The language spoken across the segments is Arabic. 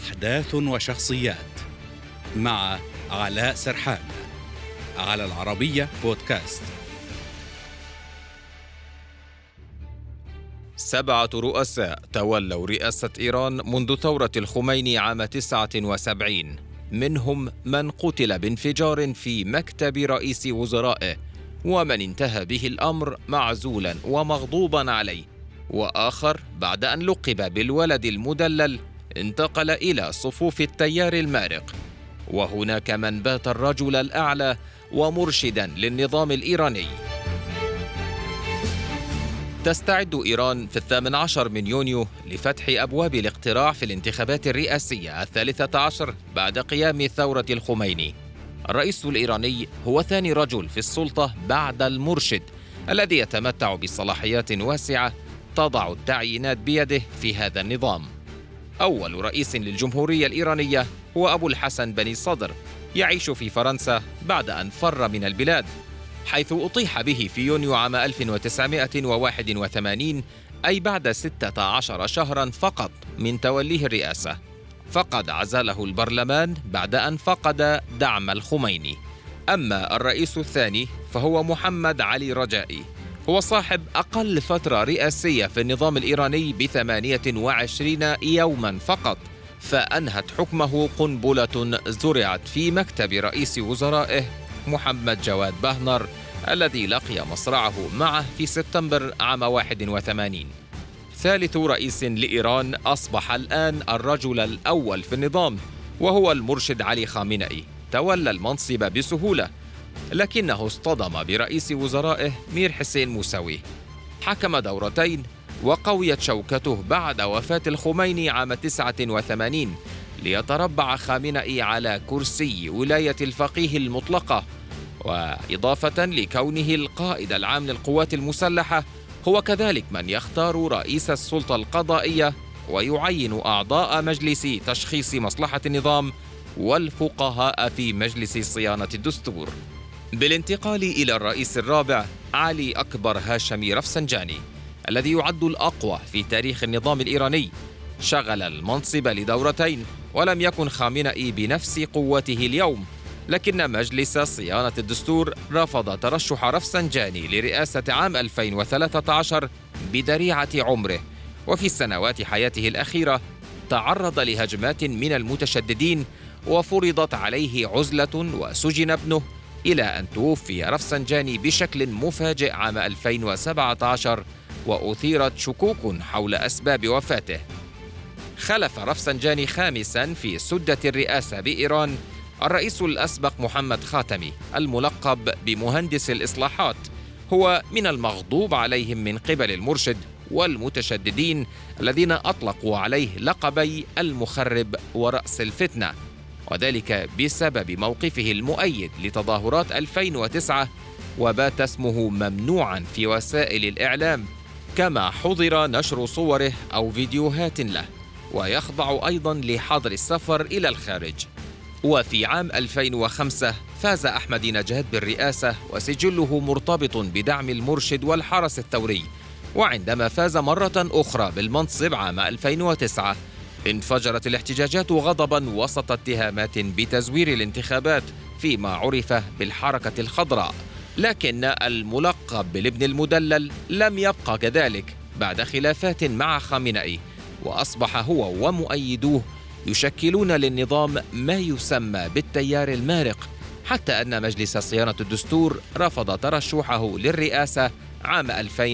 أحداث وشخصيات مع علاء سرحان على العربية بودكاست. 7 رؤساء تولوا رئاسة إيران منذ ثورة الخميني عام 79، منهم من قتل بانفجار في مكتب رئيس وزرائه، ومن انتهى به الأمر معزولا ومغضوبا عليه، وآخر بعد أن لقب بالولد المدلل انتقل إلى صفوف التيار المارق. وهناك من بات الرجل الأعلى ومرشدا للنظام الإيراني. تستعد إيران في 18 من يونيو لفتح أبواب الاقتراع في الانتخابات الرئاسية 13 بعد قيام ثورة الخميني. الرئيس الإيراني هو ثاني رجل في السلطة بعد المرشد الذي يتمتع بصلاحيات واسعة تضع التعيينات بيده في هذا النظام. أول رئيس للجمهورية الإيرانية هو أبو الحسن بني صدر، يعيش في فرنسا بعد أن فر من البلاد، حيث أطيح به في يونيو عام 1981، أي بعد 16 شهراً فقط من توليه الرئاسة، فقد عزله البرلمان بعد أن فقد دعم الخميني. أما الرئيس الثاني فهو محمد علي رجائي، هو صاحب أقل فترة رئاسية في النظام الإيراني ب28 يوماً فقط، فأنهت حكمه قنبلة زرعت في مكتب رئيس وزرائه محمد جواد بهنر، الذي لقي مصرعه معه في سبتمبر عام 81. ثالث رئيس لإيران أصبح الآن الرجل الأول في النظام، وهو المرشد علي خامنئي. تولى المنصب بسهولة، لكنه اصطدم برئيس وزرائه مير حسين موسوي. حكم دورتين وقويت شوكته بعد وفاة الخميني عام 89، ليتربع خامنئي على كرسي ولاية الفقيه المطلقة. وإضافة لكونه القائد العام للقوات المسلحة، هو كذلك من يختار رئيس السلطة القضائية ويعين أعضاء مجلس تشخيص مصلحة النظام والفقهاء في مجلس صيانة الدستور. بالانتقال إلى الرئيس الرابع علي أكبر هاشمي رفسنجاني، الذي يعد الأقوى في تاريخ النظام الإيراني، شغل المنصب لدورتين، ولم يكن خامنئي بنفس قوته اليوم، لكن مجلس صيانة الدستور رفض ترشح رفسنجاني لرئاسة عام 2013 بذريعة عمره. وفي سنوات حياته الأخيرة تعرض لهجمات من المتشددين، وفرضت عليه عزلة وسجن ابنه، إلى أن توفي رفسنجاني بشكل مفاجئ عام 2017، وأثيرت شكوك حول أسباب وفاته. خلف رفسنجاني خامساً في سدة الرئاسة بإيران الرئيس الأسبق محمد خاتمي، الملقب بمهندس الإصلاحات. هو من المغضوب عليهم من قبل المرشد والمتشددين، الذين أطلقوا عليه لقبي المخرب ورأس الفتنة، وذلك بسبب موقفه المؤيد لتظاهرات 2009، وبات اسمه ممنوعاً في وسائل الإعلام، كما حظر نشر صوره أو فيديوهات له، ويخضع أيضاً لحظر السفر إلى الخارج. وفي عام 2005 فاز أحمد نجاد بالرئاسة، وسجله مرتبط بدعم المرشد والحرس الثوري. وعندما فاز مرة أخرى بالمنصب عام 2009 انفجرت الاحتجاجات غضباً وسط اتهامات بتزوير الانتخابات فيما عرف بالحركة الخضراء. لكن الملقب بالابن المدلل لم يبقى كذلك بعد خلافات مع خامنئي، وأصبح هو ومؤيدوه يشكلون للنظام ما يسمى بالتيار المارق، حتى أن مجلس صيانة الدستور رفض ترشحه للرئاسة عام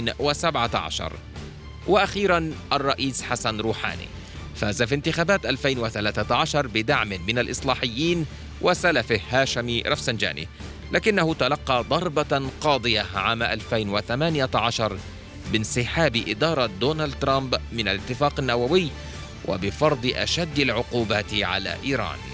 2017. وأخيراً الرئيس حسن روحاني فاز في انتخابات 2013 بدعم من الإصلاحيين وسلفه هاشمي رفسنجاني، لكنه تلقى ضربة قاضية عام 2018 بانسحاب إدارة دونالد ترامب من الاتفاق النووي، وبفرض أشد العقوبات على إيران.